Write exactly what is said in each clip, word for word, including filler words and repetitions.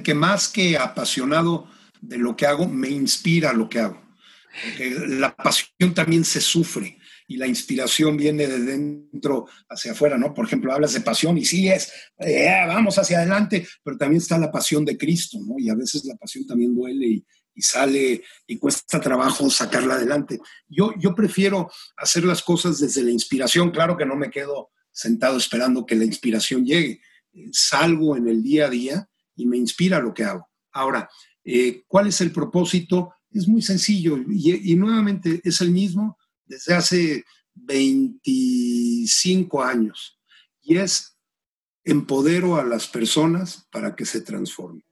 que más que apasionado de lo que hago, me inspira lo que hago. Porque la pasión también se sufre y la inspiración viene de dentro hacia afuera, ¿no? Por ejemplo, hablas de pasión y sí es, eh, vamos hacia adelante, pero también está la pasión de Cristo, ¿no? Y a veces la pasión también duele y, y sale y cuesta trabajo sacarla adelante. Yo, yo prefiero hacer las cosas desde la inspiración. Claro que no me quedo sentado esperando que la inspiración llegue. Eh, salgo en el día a día y me inspira lo que hago. Ahora, eh, ¿cuál es el propósito? Es muy sencillo y, y nuevamente es el mismo desde hace veinticinco años y es empodero a las personas para que se transformen.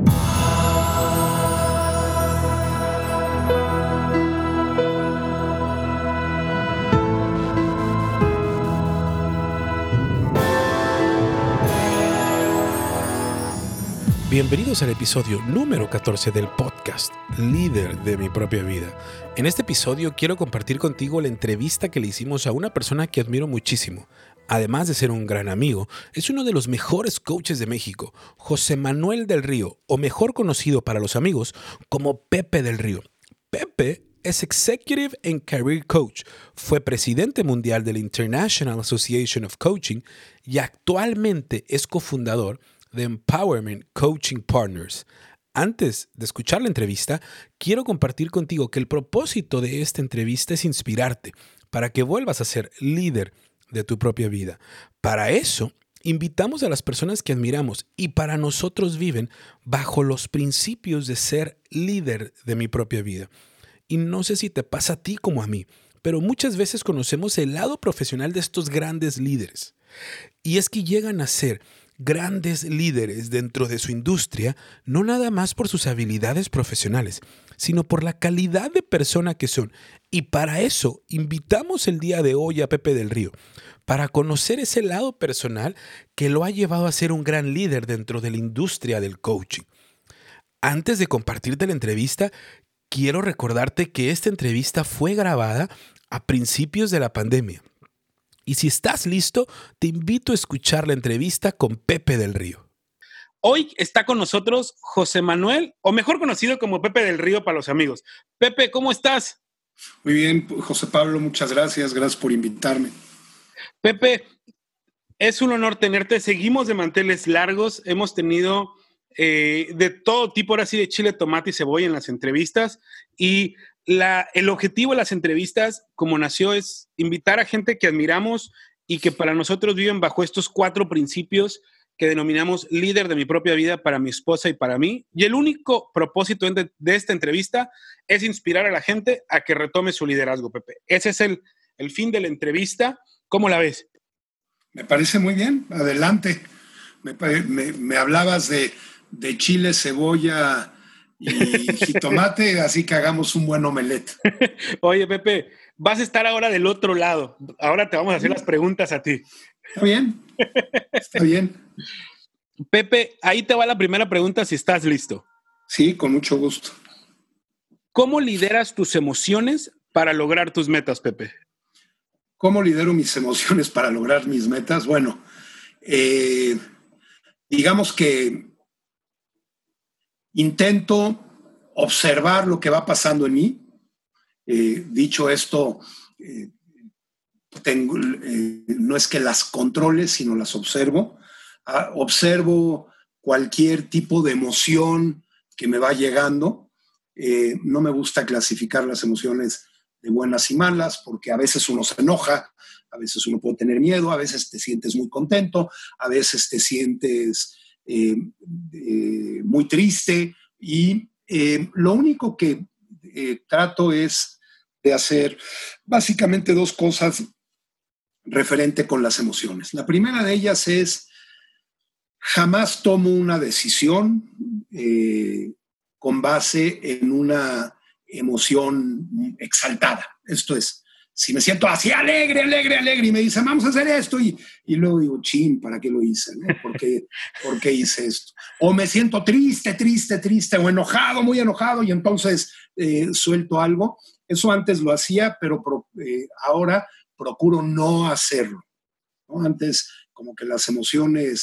Bienvenidos al episodio número catorce del podcast Líder de mi propia vida. En este episodio quiero compartir contigo la entrevista que le hicimos a una persona que admiro muchísimo. Además de ser un gran amigo, es uno de los mejores coaches de México, José Manuel del Río, o mejor conocido para los amigos como Pepe del Río. Pepe es Executive and Career Coach, fue presidente mundial de la International Association of Coaching y actualmente es cofundador de Empowerment Coaching Partners. Antes de escuchar la entrevista, quiero compartir contigo que el propósito de esta entrevista es inspirarte para que vuelvas a ser líder de tu propia vida. Para eso, invitamos a las personas que admiramos y para nosotros viven bajo los principios de ser líder de mi propia vida. Y no sé si te pasa a ti como a mí, pero muchas veces conocemos el lado profesional de estos grandes líderes. Y es que llegan a ser grandes líderes dentro de su industria, no nada más por sus habilidades profesionales, sino por la calidad de persona que son. Y para eso invitamos el día de hoy a Pepe del Río, para conocer ese lado personal que lo ha llevado a ser un gran líder dentro de la industria del coaching. Antes de compartirte la entrevista, quiero recordarte que esta entrevista fue grabada a principios de la pandemia. Y si estás listo, te invito a escuchar la entrevista con Pepe del Río. Hoy está con nosotros José Manuel, o mejor conocido como Pepe del Río para los amigos. Pepe, ¿cómo estás? Muy bien, José Pablo, muchas gracias. Gracias por invitarme. Pepe, es un honor tenerte. Seguimos de manteles largos. Hemos tenido eh, de todo tipo, ahora sí, de chile, tomate y cebolla en las entrevistas. Y La, el objetivo de las entrevistas, como nació, es invitar a gente que admiramos y que para nosotros viven bajo estos cuatro principios que denominamos líder de mi propia vida para mi esposa y para mí. Y el único propósito de, de esta entrevista es inspirar a la gente a que retome su liderazgo, Pepe. Ese es el, el fin de la entrevista. ¿Cómo la ves? Me parece muy bien. Adelante. Me, me, me hablabas de, de chile, cebolla y jitomate, así que hagamos un buen omelette. Oye, Pepe, vas a estar ahora del otro lado. Ahora te vamos a hacer las preguntas a ti. Está bien, está bien. Pepe, ahí te va la primera pregunta si estás listo. Sí, con mucho gusto. ¿Cómo lideras tus emociones para lograr tus metas, Pepe? ¿Cómo lidero mis emociones para lograr mis metas? Bueno, eh, digamos que intento observar lo que va pasando en mí. Eh, dicho esto, eh, tengo, eh, no es que las controle, sino las observo. Ah, observo cualquier tipo de emoción que me va llegando. Eh, no me gusta clasificar las emociones de buenas y malas, porque a veces uno se enoja, a veces uno puede tener miedo, a veces te sientes muy contento, a veces te sientes Eh, eh, muy triste y eh, lo único que eh, trato es de hacer básicamente dos cosas referente con las emociones. La primera de ellas es jamás tomo una decisión eh, con base en una emoción exaltada. Esto es, si me siento así alegre, alegre, alegre y me dicen, vamos a hacer esto y, y luego digo, chin, ¿para qué lo hice? ¿No? ¿Por qué, ¿Por qué hice esto? O me siento triste, triste, triste o enojado, muy enojado y entonces eh, suelto algo. Eso antes lo hacía, pero pro, eh, ahora procuro no hacerlo, ¿no? Antes como que las emociones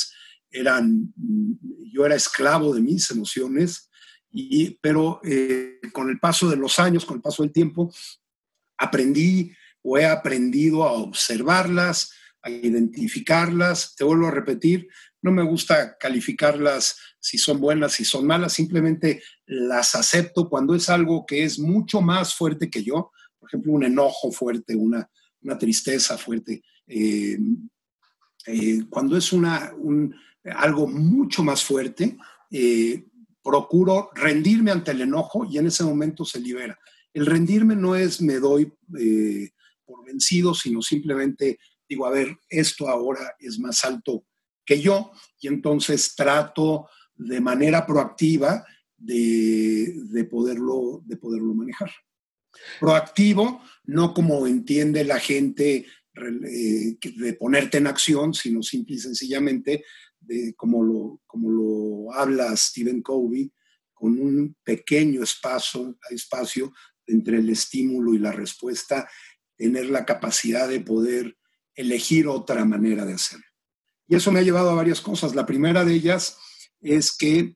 eran, yo era esclavo de mis emociones, y, pero eh, con el paso de los años, con el paso del tiempo, aprendí o he aprendido a observarlas, a identificarlas. Te vuelvo a repetir, no me gusta calificarlas si son buenas, si son malas, simplemente las acepto cuando es algo que es mucho más fuerte que yo, por ejemplo, un enojo fuerte, una, una tristeza fuerte, eh, eh, cuando es una, un, algo mucho más fuerte, eh, procuro rendirme ante el enojo y en ese momento se libera. El rendirme no es me doy eh, por vencido, sino simplemente digo, a ver, esto ahora es más alto que yo, y entonces trato de manera proactiva de, de, poderlo, de poderlo manejar. Proactivo, no como entiende la gente eh, de ponerte en acción, sino simple y sencillamente de como lo, como lo habla Stephen Covey, con un pequeño espacio, espacio entre el estímulo y la respuesta, tener la capacidad de poder elegir otra manera de hacerlo. Y eso me ha llevado a varias cosas. La primera de ellas es que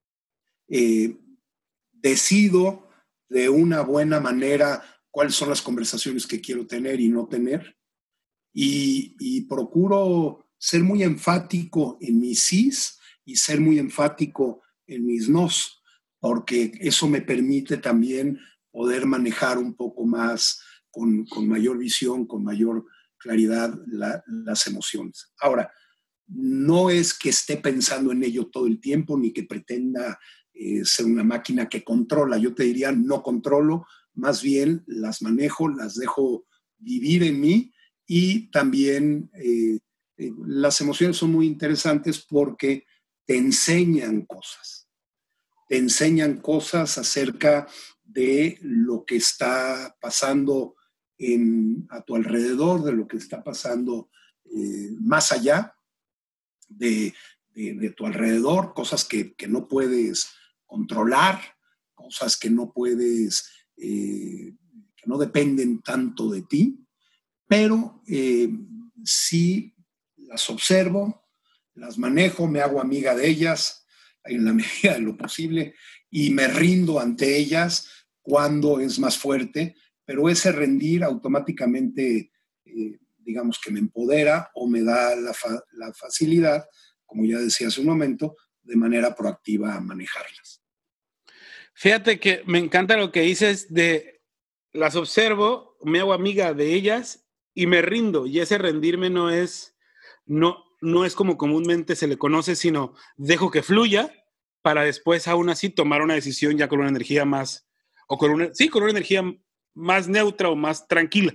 eh, decido de una buena manera cuáles son las conversaciones que quiero tener y no tener. Y, y procuro ser muy enfático en mis sís y ser muy enfático en mis nos, porque eso me permite también poder manejar un poco más, con, con mayor visión, con mayor claridad, la, las emociones. Ahora, no es que esté pensando en ello todo el tiempo, ni que pretenda eh, ser una máquina que controla. Yo te diría, no controlo, más bien las manejo, las dejo vivir en mí, y también eh, eh, las emociones son muy interesantes porque te enseñan cosas. Te enseñan cosas acerca de lo que está pasando en, a tu alrededor, de lo que está pasando eh, más allá de, de, de tu alrededor, cosas que, que no puedes controlar, cosas que no puedes, eh, que no dependen tanto de ti, pero eh, sí las observo, las manejo, me hago amiga de ellas en la medida de lo posible y me rindo ante ellas cuando es más fuerte, pero ese rendir automáticamente, eh, digamos que me empodera o me da la, fa- la facilidad, como ya decía hace un momento, de manera proactiva a manejarlas. Fíjate que me encanta lo que dices de las observo, me hago amiga de ellas y me rindo. Y ese rendirme no es, no, no es como comúnmente se le conoce, sino dejo que fluya para después aún así tomar una decisión ya con una energía más, o con una, sí, con una energía más neutra o más tranquila.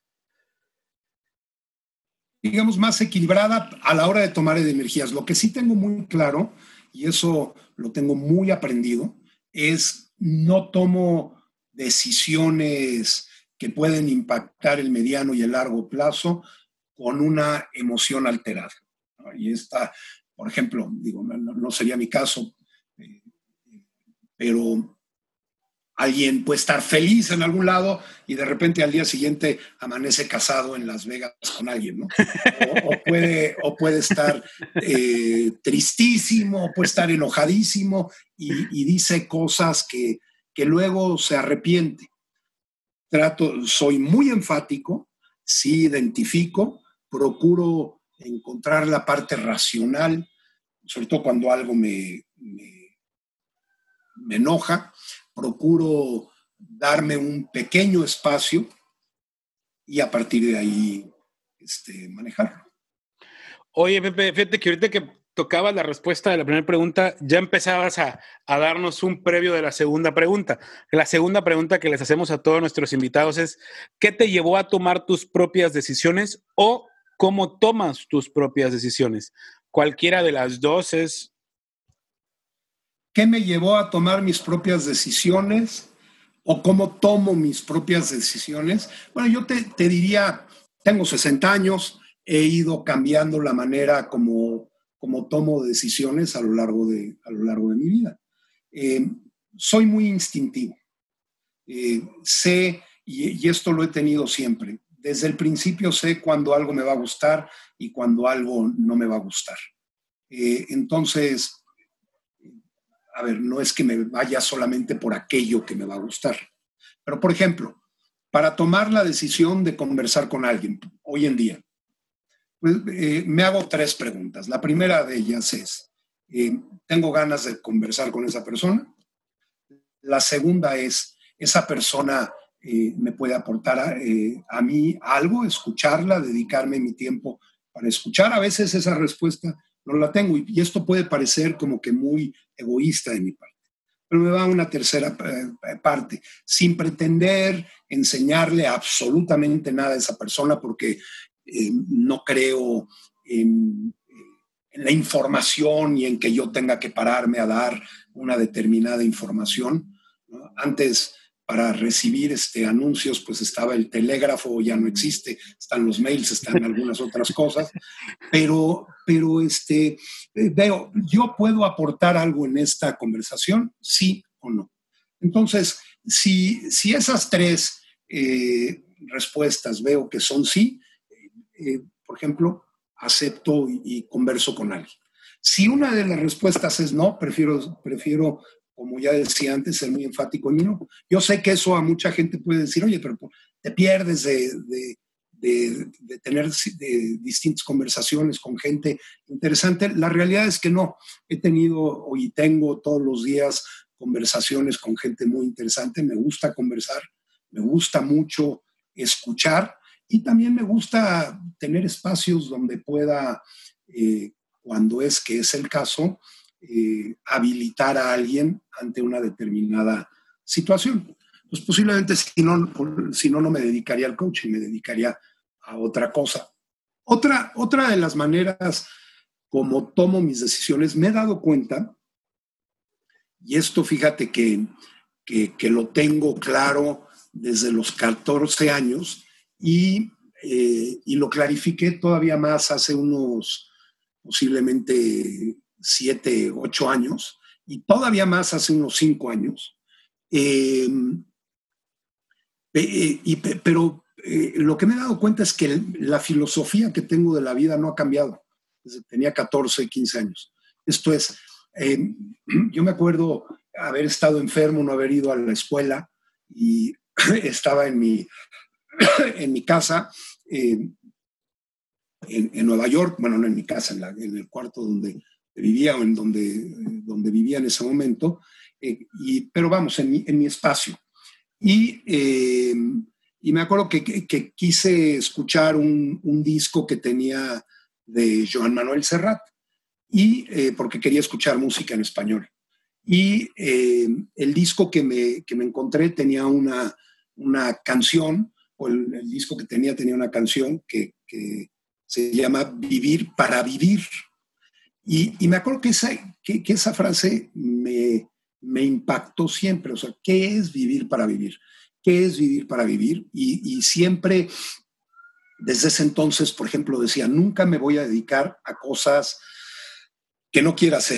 Digamos, más equilibrada a la hora de tomar energías. Lo que sí tengo muy claro, y eso lo tengo muy aprendido, es no tomo decisiones que pueden impactar el mediano y el largo plazo con una emoción alterada, ¿no? Y esta, por ejemplo, digo, no, no sería mi caso, eh, pero alguien puede estar feliz en algún lado y de repente al día siguiente amanece casado en Las Vegas con alguien, ¿no? O, o, puede, o puede estar eh, tristísimo, o puede estar enojadísimo y, y dice cosas que, que luego se arrepiente. Trato, soy muy enfático, sí identifico, procuro encontrar la parte racional, sobre todo cuando algo me, me, me enoja, procuro darme un pequeño espacio y a partir de ahí este, manejarlo. Oye, Pepe, fíjate que ahorita que tocabas la respuesta de la primera pregunta, ya empezabas a, a darnos un previo de la segunda pregunta. La segunda pregunta que les hacemos a todos nuestros invitados es, ¿qué te llevó a tomar tus propias decisiones o cómo tomas tus propias decisiones? Cualquiera de las dos es... ¿Qué me llevó a tomar mis propias decisiones o cómo tomo mis propias decisiones? Bueno, yo te, te diría, tengo sesenta años, he ido cambiando la manera como, como tomo decisiones a lo largo de, a lo largo de mi vida. Eh, soy muy instintivo. Eh, sé, y, y esto lo he tenido siempre, desde el principio sé cuando algo me va a gustar y cuando algo no me va a gustar. Eh, entonces, a ver, no es que me vaya solamente por aquello que me va a gustar. Pero, por ejemplo, para tomar la decisión de conversar con alguien hoy en día, pues, eh, me hago tres preguntas. La primera de ellas es, eh, ¿tengo ganas de conversar con esa persona? La segunda es, ¿esa persona eh, me puede aportar a, eh, a mí algo, escucharla, dedicarme mi tiempo para escuchar? A veces esa respuesta no la tengo y, y esto puede parecer como que muy egoísta de mi parte. Pero me va a una tercera eh, parte, sin pretender enseñarle absolutamente nada a esa persona porque eh, no creo en, en la información y en que yo tenga que pararme a dar una determinada información, ¿no? Antes, para recibir este, anuncios, pues estaba el telégrafo, ya no existe, están los mails, están algunas otras cosas, pero, pero este, veo, ¿yo puedo aportar algo en esta conversación? ¿Sí o no? Entonces, si, si esas tres eh, respuestas veo que son sí, eh, por ejemplo, acepto y, y converso con alguien. Si una de las respuestas es no, prefiero, prefiero, como ya decía antes, ser muy enfático en mí no. Yo sé que eso a mucha gente puede decir, oye, pero te pierdes de, de, de, de tener de distintas conversaciones con gente interesante. La realidad es que no. He tenido y tengo todos los días conversaciones con gente muy interesante. Me gusta conversar, me gusta mucho escuchar y también me gusta tener espacios donde pueda, eh, cuando es que es el caso, eh, habilitar a alguien ante una determinada situación. Pues posiblemente si no, si no, no me dedicaría al coaching, me dedicaría a otra cosa. Otra, otra de las maneras como tomo mis decisiones, me he dado cuenta, y esto fíjate que, que, que lo tengo claro desde los catorce años, y, eh, y lo clarifiqué todavía más hace unos posiblemente siete, ocho años, y todavía más hace unos cinco años. Eh, eh, y, pero eh, lo que me he dado cuenta es que la filosofía que tengo de la vida no ha cambiado desde que tenía catorce, quince años. Esto es, eh, yo me acuerdo haber estado enfermo, no haber ido a la escuela y estaba en mi, en mi casa eh, en, en Nueva York, bueno, no en mi casa, en, la, en el cuarto donde vivía o en donde, donde vivía en ese momento, eh, y, pero vamos, en mi, en mi espacio. Y, eh, y me acuerdo que, que, que quise escuchar un, un disco que tenía de Joan Manuel Serrat, y, eh, porque quería escuchar música en español. Y eh, el disco que me, que me encontré tenía una, una canción, o el, el disco que tenía tenía una canción que, que se llama Vivir para Vivir. Y, y me acuerdo que esa, que, que esa frase me, me impactó siempre. O sea, ¿qué es vivir para vivir? ¿Qué es vivir para vivir? Y, y siempre, desde ese entonces, por ejemplo, decía, nunca me voy a dedicar a cosas que no quiera hacer.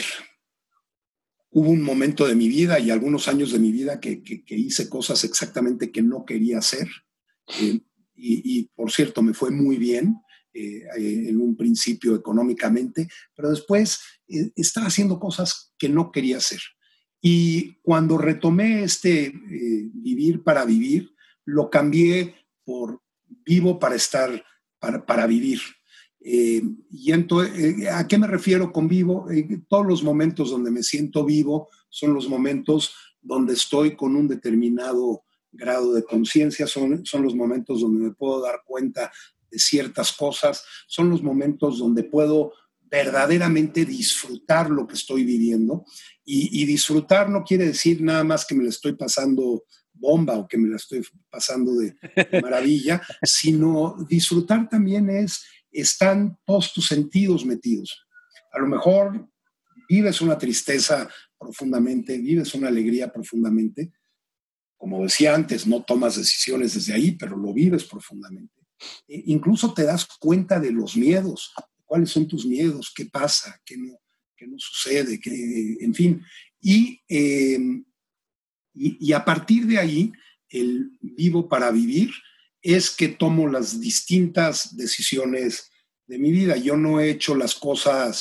Hubo un momento de mi vida y algunos años de mi vida que, que, que hice cosas exactamente que no quería hacer. Eh, y, y, por cierto, me fue muy bien eh, en un principio económicamente, pero después eh, estaba haciendo cosas que no quería hacer. Y cuando retomé este eh, vivir para vivir, lo cambié por vivo para estar, para, para vivir. Eh, y entonces, eh, ¿a qué me refiero con vivo? Eh, todos los momentos donde me siento vivo son los momentos donde estoy con un determinado grado de conciencia, son, son los momentos donde me puedo dar cuenta de ciertas cosas, son los momentos donde puedo verdaderamente disfrutar lo que estoy viviendo. Y, y disfrutar no quiere decir nada más que me la estoy pasando bomba o que me la estoy pasando de, de maravilla, sino disfrutar también es, están todos tus sentidos metidos. A lo mejor vives una tristeza profundamente, vives una alegría profundamente. Como decía antes, no tomas decisiones desde ahí, pero lo vives profundamente. E incluso te das cuenta de los miedos. ¿Cuáles son tus miedos? ¿Qué pasa? ¿Qué no, qué no sucede? ¿Qué, en fin. Y, eh, y, y a partir de ahí, el vivo para vivir es que tomo las distintas decisiones de mi vida. Yo no he hecho las cosas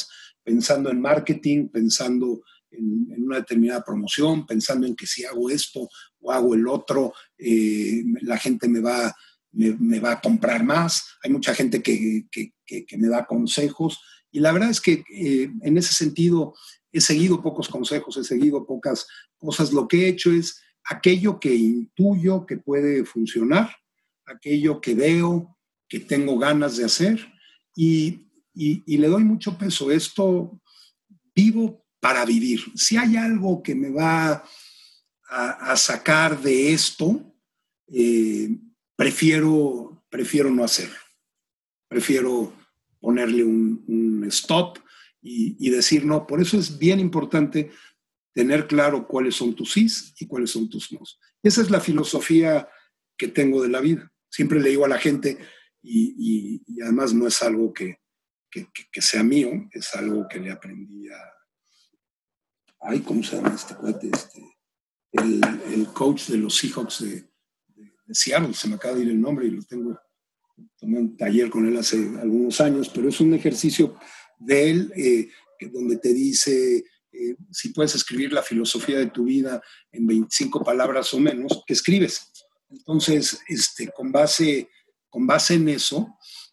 pensando en marketing, pensando en, en una determinada promoción, pensando en que si hago esto o hago el otro, eh, la gente me va, me, me va a comprar más. Hay mucha gente que, que, que, que me da consejos y la verdad es que eh, en ese sentido he seguido pocos consejos, he seguido pocas cosas. Lo que he hecho es aquello que intuyo que puede funcionar, aquello que veo, que tengo ganas de hacer y, y, y le doy mucho peso. Esto vivo para vivir. Si hay algo que me va a, a sacar de esto, eh, prefiero, prefiero no hacerlo. Prefiero ponerle un, un stop y, y decir no. Por eso es bien importante tener claro cuáles son tus sís y cuáles son tus nos. Esa es la filosofía que tengo de la vida. Siempre le digo a la gente, y, y, y además no es algo que, que, que sea mío, es algo que le aprendí a... Ay, ¿cómo se llama este cuate? Este, el, el coach de los Seahawks de, de, de Seattle, se me acaba de ir el nombre y lo tengo, tomé un taller con él hace algunos años, pero es un ejercicio de él eh, donde te dice... Eh, si puedes escribir la filosofía de tu vida en veinticinco palabras o menos, ¿qué escribes? Entonces, este, con, base, con base en eso,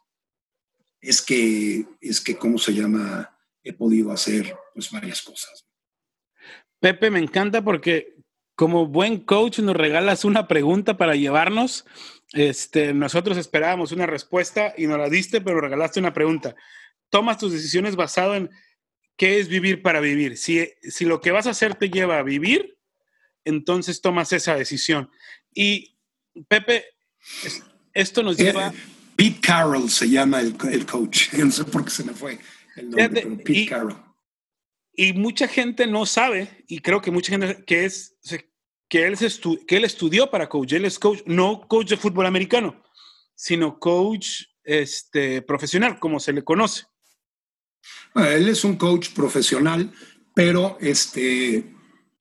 es que, es que, ¿cómo se llama? He podido hacer pues, varias cosas. Pepe, me encanta porque como buen coach nos regalas una pregunta para llevarnos. Este, nosotros esperábamos una respuesta y nos la diste, pero regalaste una pregunta. Tomas tus decisiones basado en ¿qué es vivir para vivir? Si, si lo que vas a hacer te lleva a vivir, entonces tomas esa decisión. Y, Pepe, esto nos lleva... Eh, Pete Carroll se llama el, el coach. No sé por qué se me fue el nombre, de, pero Pete y, Carroll. Y mucha gente no sabe, y creo que mucha gente que es que él, se estu, que él estudió para coach. Él es coach, no coach de fútbol americano, sino coach este, profesional, como se le conoce. Bueno, él es un coach profesional, pero este,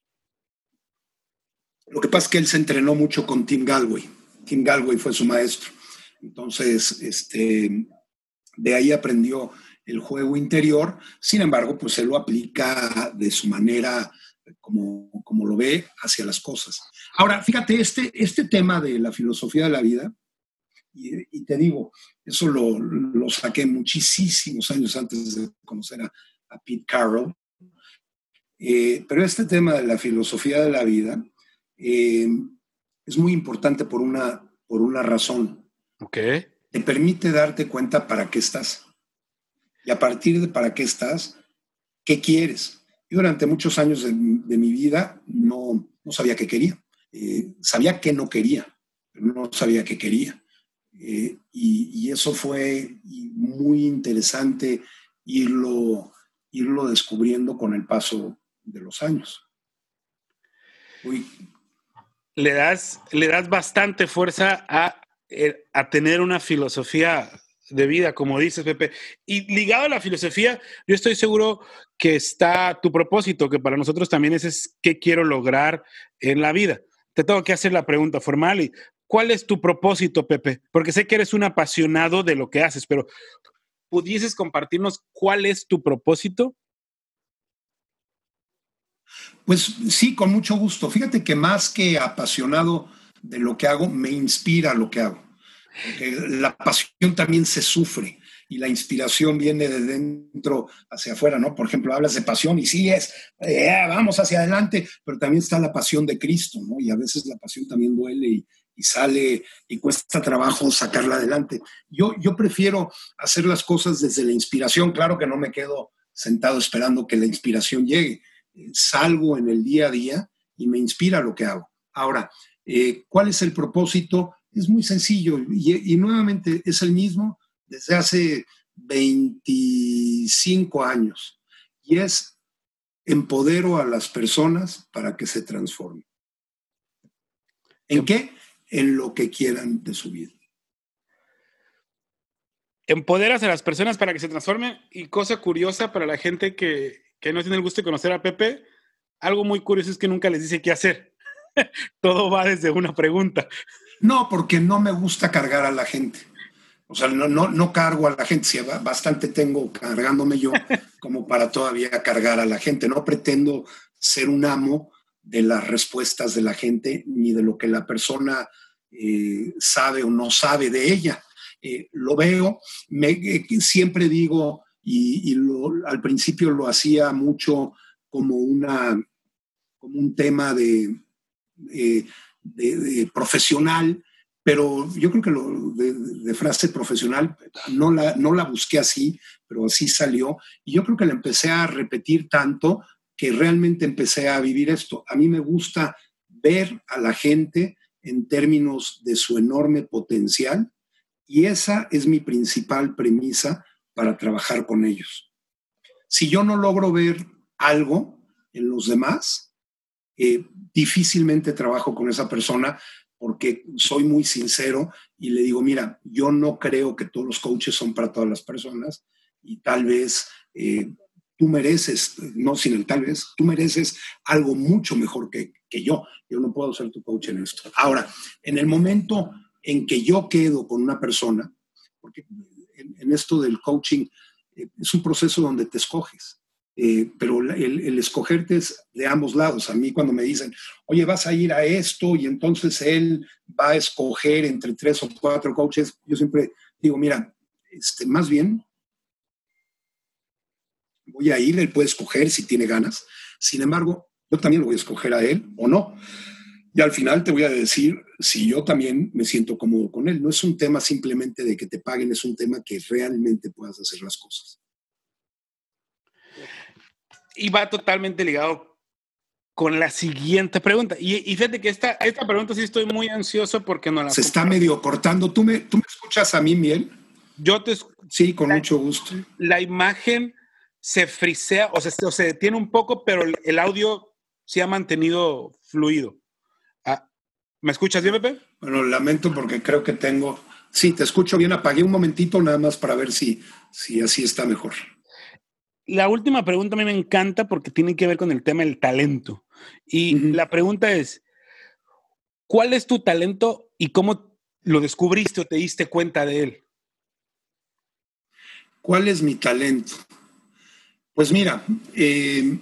lo que pasa es que él se entrenó mucho con Tim Galway. Tim Galway fue su maestro. Entonces, este, de ahí aprendió el juego interior. Sin embargo, pues él lo aplica de su manera como, como lo ve hacia las cosas. Ahora, fíjate, este, este tema de la filosofía de la vida, y, y te digo, eso lo, lo saqué muchísimos años antes de conocer a, a Pete Carroll. Eh, pero este tema de la filosofía de la vida eh, es muy importante por una, por una razón. Okay. Te permite darte cuenta para qué estás. Y a partir de para qué estás, ¿qué quieres? Yo durante muchos años de, de mi vida no, no sabía qué quería. Eh, sabía que no quería, pero no sabía qué quería. Eh, y, y eso fue muy interesante irlo, irlo descubriendo con el paso de los años. Uy. Le das, le das bastante fuerza a, a tener una filosofía de vida, como dices, Pepe. Y ligado a la filosofía, yo estoy seguro que está tu propósito, que para nosotros también ese es qué quiero lograr en la vida. Te tengo que hacer la pregunta formal y ¿cuál es tu propósito, Pepe? Porque sé que eres un apasionado de lo que haces, pero ¿pudieses compartirnos cuál es tu propósito? Pues sí, con mucho gusto. Fíjate que más que apasionado de lo que hago, me inspira lo que hago. Porque la pasión también se sufre y la inspiración viene de dentro hacia afuera, ¿no? Por ejemplo, hablas de pasión y sí es, eh, vamos hacia adelante, pero también está la pasión de Cristo, ¿no? Y a veces la pasión también duele y, y sale y cuesta trabajo sacarla adelante. Yo, yo prefiero hacer las cosas desde la inspiración. Claro que no me quedo sentado esperando que la inspiración llegue. Eh, salgo en el día a día y me inspira lo que hago. Ahora, eh, ¿cuál es el propósito? Es muy sencillo y, y nuevamente es el mismo desde hace veinticinco años y es empodero a las personas para que se transformen. ¿En qué? En lo que quieran de su vida. Empoderas a las personas para que se transformen y cosa curiosa para la gente que, que no tiene el gusto de conocer a Pepe, algo muy curioso es que nunca les dice qué hacer. Todo va desde una pregunta. No, porque no me gusta cargar a la gente. O sea, no, no, no cargo a la gente. Si bastante tengo cargándome yo, como para todavía cargar a la gente. No pretendo ser un amo de las respuestas de la gente ni de lo que la persona eh, sabe o no sabe de ella. Eh, lo veo, me, eh, siempre digo, y, y lo, al principio lo hacía mucho como, una, como un tema de, eh, de, de profesional, pero yo creo que lo de, de frase profesional no la, no la busqué así, pero así salió. Y yo creo que la empecé a repetir tanto que realmente empecé a vivir esto. A mí me gusta ver a la gente en términos de su enorme potencial y esa es mi principal premisa para trabajar con ellos. Si yo no logro ver algo en los demás, eh, difícilmente trabajo con esa persona porque soy muy sincero y le digo, mira, yo no creo que todos los coaches son para todas las personas y tal vez eh, tú mereces, no sin el tal vez, tú mereces algo mucho mejor que, que yo. Yo no puedo ser tu coach en esto. Ahora, en el momento en que yo quedo con una persona, porque en, en esto del coaching eh, es un proceso donde te escoges. Eh, pero el, el escogerte es de ambos lados. A mí cuando me dicen, oye, vas a ir a esto y entonces él va a escoger entre tres o cuatro coaches, yo siempre digo, mira, este, más bien voy a ir, él puede escoger si tiene ganas. Sin embargo, yo también lo voy a escoger a él o no. Y al final te voy a decir si yo también me siento cómodo con él. No es un tema simplemente de que te paguen, es un tema que realmente puedas hacer las cosas. Y va totalmente ligado con la siguiente pregunta. Y, y fíjate que esta, esta pregunta sí estoy muy ansioso porque no la... Se está medio cortando. ¿Tú me, tú me escuchas a mí, Miel? Yo te escucho. Sí, con la, mucho gusto. La imagen se frisea, o sea, o se detiene un poco, pero el, el audio se ha mantenido fluido. Ah, ¿me escuchas bien, Pepe? Bueno, lamento porque creo que tengo... Sí, te escucho bien. Apagué un momentito nada más para ver si, si así está mejor. La última pregunta a mí me encanta porque tiene que ver con el tema del talento. Y uh-huh. La pregunta es, ¿cuál es tu talento y cómo lo descubriste o te diste cuenta de él? ¿Cuál es mi talento? Pues mira, eh,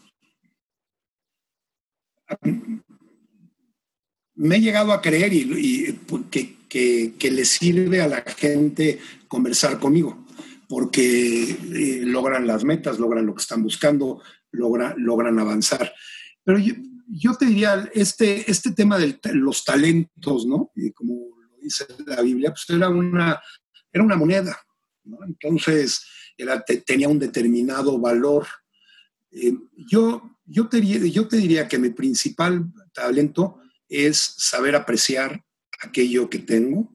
me he llegado a creer y, y que, que, que le sirve a la gente conversar conmigo, porque eh, logran las metas, logran lo que están buscando, logra, logran avanzar. Pero yo, yo te diría, este, este tema de los talentos, ¿no? Y como lo dice la Biblia, pues era una, era una moneda, ¿no? Entonces era, te, tenía un determinado valor. Eh, yo, yo, te, yo te diría que mi principal talento es saber apreciar aquello que tengo,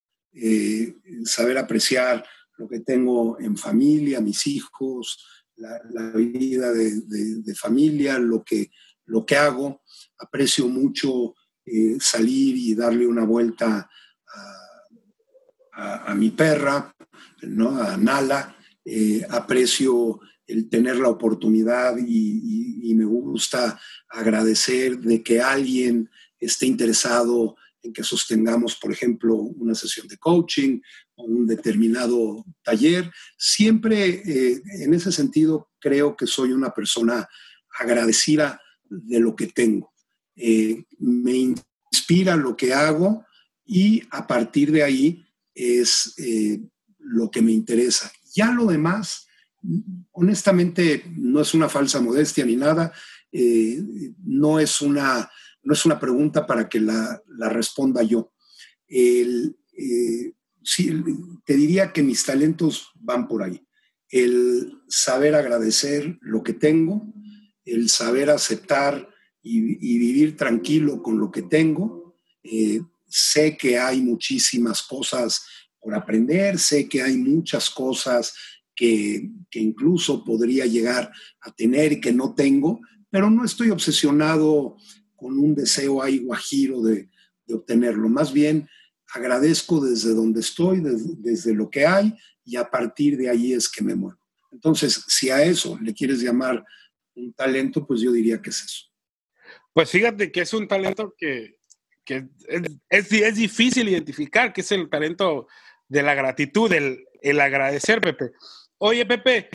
eh, saber apreciar lo que tengo en familia, mis hijos, la, la vida de, de, de familia, lo que, lo que hago. Aprecio mucho eh, salir y darle una vuelta a, a, a mi perra, ¿no? A Nala. Eh, aprecio el tener la oportunidad y, y, y me gusta agradecer de que alguien esté interesado en que sostengamos, por ejemplo, una sesión de coaching o un determinado taller. Siempre eh, en ese sentido creo que soy una persona agradecida de lo que tengo. Eh, me inspira lo que hago y a partir de ahí es eh, lo que me interesa. Ya lo demás, honestamente, no es una falsa modestia ni nada, eh, no es una... No es una pregunta para que la, la responda yo. El, eh, sí, te diría que mis talentos van por ahí. El saber agradecer lo que tengo, el saber aceptar y, y vivir tranquilo con lo que tengo. Eh, sé que hay muchísimas cosas por aprender, sé que hay muchas cosas que, que incluso podría llegar a tener y que no tengo, pero no estoy obsesionado con un deseo ahí guajiro de, de obtenerlo. Más bien agradezco desde donde estoy, desde, desde lo que hay, y a partir de ahí es que me muevo. Entonces, si a eso le quieres llamar un talento, pues yo diría que es eso. Pues fíjate que es un talento que, que es, es, es difícil identificar, que es el talento de la gratitud, el, el agradecer, Pepe. Oye, Pepe,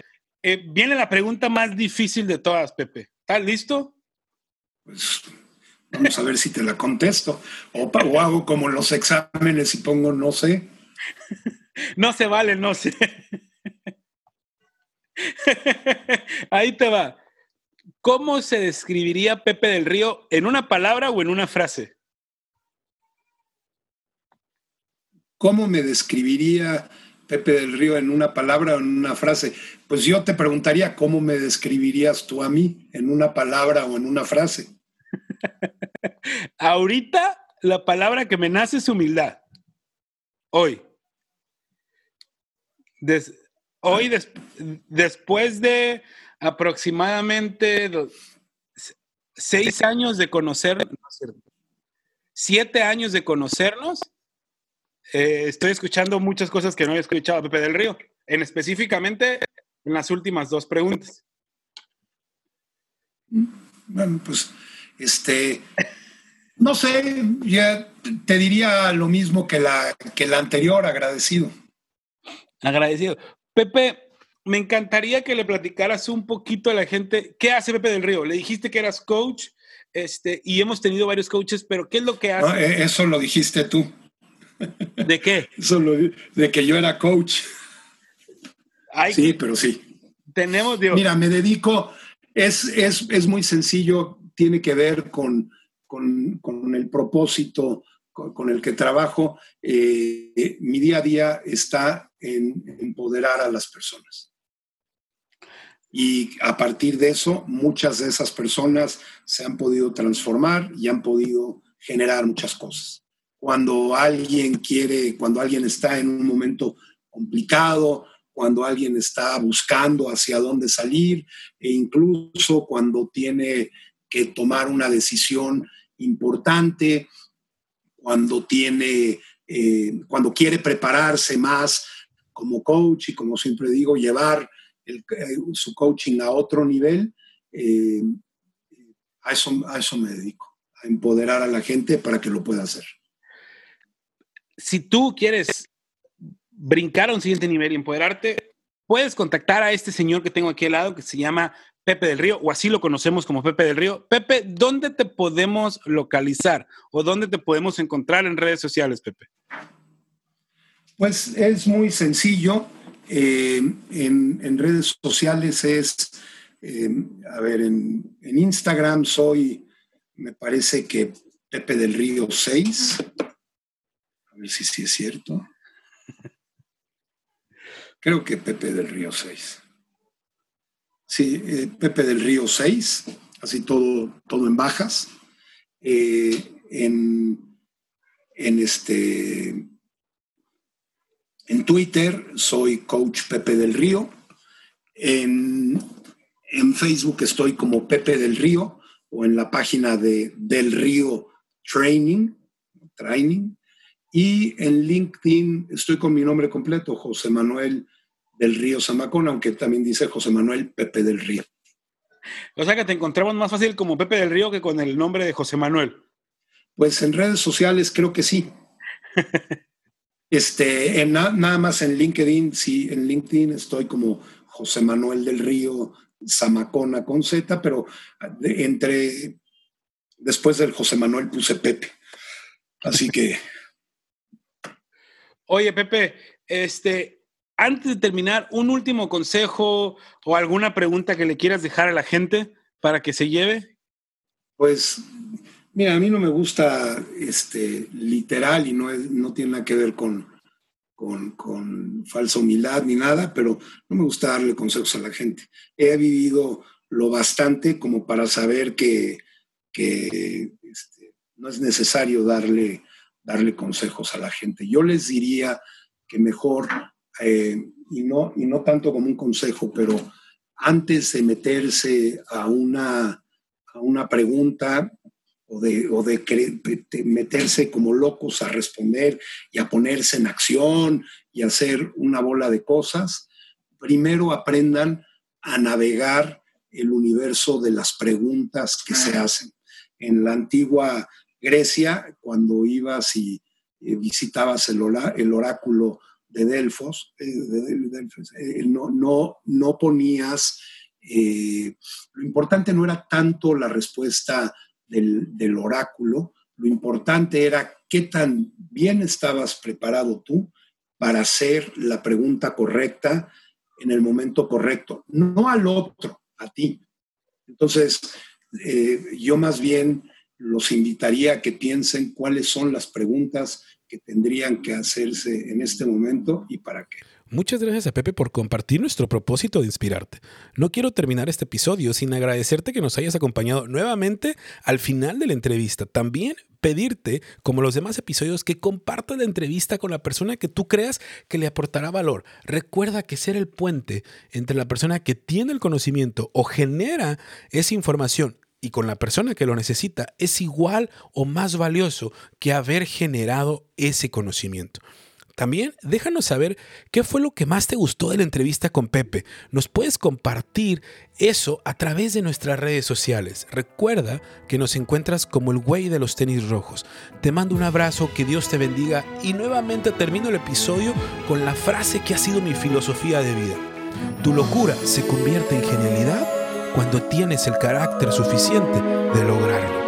eh, viene la pregunta más difícil de todas, Pepe. ¿Estás listo? Pues vamos a ver si te la contesto. O, o hago como los exámenes y pongo no sé. No se vale, no sé. Ahí te va. ¿Cómo se describiría Pepe del Río en una palabra o en una frase? ¿Cómo me describiría Pepe del Río en una palabra o en una frase? Pues yo te preguntaría, ¿cómo me describirías tú a mí en una palabra o en una frase? Ahorita la palabra que me nace es humildad. Hoy. Des, hoy, des, después de aproximadamente dos, seis años de conocernos, siete años de conocernos, eh, estoy escuchando muchas cosas que no había escuchado a Pepe del Río, en específicamente en las últimas dos preguntas. Bueno, pues, este, no sé, ya te diría lo mismo que la, que la anterior, agradecido. Agradecido. Pepe, me encantaría que le platicaras un poquito a la gente. ¿Qué hace Pepe del Río? Le dijiste que eras coach, este, y hemos tenido varios coaches, pero ¿qué es lo que hace? No, eso lo dijiste tú. ¿De qué? Eso lo, de que yo era coach. Hay sí, que, pero sí. Tenemos, digo, Mira, me dedico, es, es, es muy sencillo, tiene que ver con, con, con el propósito con, con el que trabajo. Eh, mi día a día está en empoderar a las personas. Y a partir de eso, muchas de esas personas se han podido transformar y han podido generar muchas cosas. Cuando alguien quiere, cuando alguien está en un momento complicado, cuando alguien está buscando hacia dónde salir, e incluso cuando tiene que tomar una decisión importante, cuando tiene, eh, cuando quiere prepararse más como coach y, como siempre digo, llevar el, eh, su coaching a otro nivel, eh, a, eso, a eso me dedico, a empoderar a la gente para que lo pueda hacer. Si tú quieres brincar a un siguiente nivel y empoderarte, puedes contactar a este señor que tengo aquí al lado, que se llama Pepe del Río, o así lo conocemos como Pepe del Río. Pepe, ¿dónde te podemos localizar o dónde te podemos encontrar en redes sociales, Pepe? Pues es muy sencillo. Eh, en, en redes sociales es, eh, a ver, en, en Instagram soy, me parece que Pepe del Río seis. A ver si sí es cierto. Creo que Pepe del Río seis. Sí, eh, Pepe del Río seis, así todo, todo en bajas. Eh, en, en, este, en Twitter soy Coach Pepe del Río. En, en Facebook estoy como Pepe del Río, o en la página de Del Río Training, Training. Y en LinkedIn estoy con mi nombre completo, José Manuel del Río Zamacona, aunque también dice José Manuel Pepe del Río. O sea que te encontramos más fácil como Pepe del Río que con el nombre de José Manuel. Pues en redes sociales creo que sí. este, en na, nada más en LinkedIn, sí, en LinkedIn estoy como José Manuel del Río Zamacona con Z, pero de, entre después del José Manuel puse Pepe. Así que... Oye, Pepe, este, antes de terminar, un último consejo o alguna pregunta que le quieras dejar a la gente para que se lleve. Pues, mira, a mí no me gusta este, literal y no, es, no tiene nada que ver con, con, con falsa humildad ni nada, pero no me gusta darle consejos a la gente. He vivido lo bastante como para saber que, que este, no es necesario darle... darle consejos a la gente. Yo les diría que mejor, eh, y, no, y no tanto como un consejo, pero antes de meterse a una, a una pregunta o de, o de, de meterse como locos a responder y a ponerse en acción y hacer una bola de cosas, primero aprendan a navegar el universo de las preguntas que se hacen. En la antigua Grecia, cuando ibas y eh, visitabas el, orá, el oráculo de Delfos, eh, de, de Delfos eh, no, no, no ponías, eh, lo importante no era tanto la respuesta del, del oráculo, lo importante era qué tan bien estabas preparado tú para hacer la pregunta correcta en el momento correcto, no al otro, a ti. Entonces, eh, yo más bien los invitaría a que piensen cuáles son las preguntas que tendrían que hacerse en este momento y para qué. Muchas gracias a Pepe por compartir nuestro propósito de inspirarte. No quiero terminar este episodio sin agradecerte que nos hayas acompañado nuevamente al final de la entrevista. También pedirte, como los demás episodios, que compartas la entrevista con la persona que tú creas que le aportará valor. Recuerda que ser el puente entre la persona que tiene el conocimiento o genera esa información y con la persona que lo necesita es igual o más valioso que haber generado ese conocimiento. También déjanos saber qué fue lo que más te gustó de la entrevista con Pepe. Nos puedes compartir eso a través de nuestras redes sociales. Recuerda que nos encuentras como el güey de los tenis rojos. Te mando un abrazo, que Dios te bendiga y nuevamente termino el episodio con la frase que ha sido mi filosofía de vida. Tu locura se convierte en genialidad cuando tienes el carácter suficiente de lograrlo.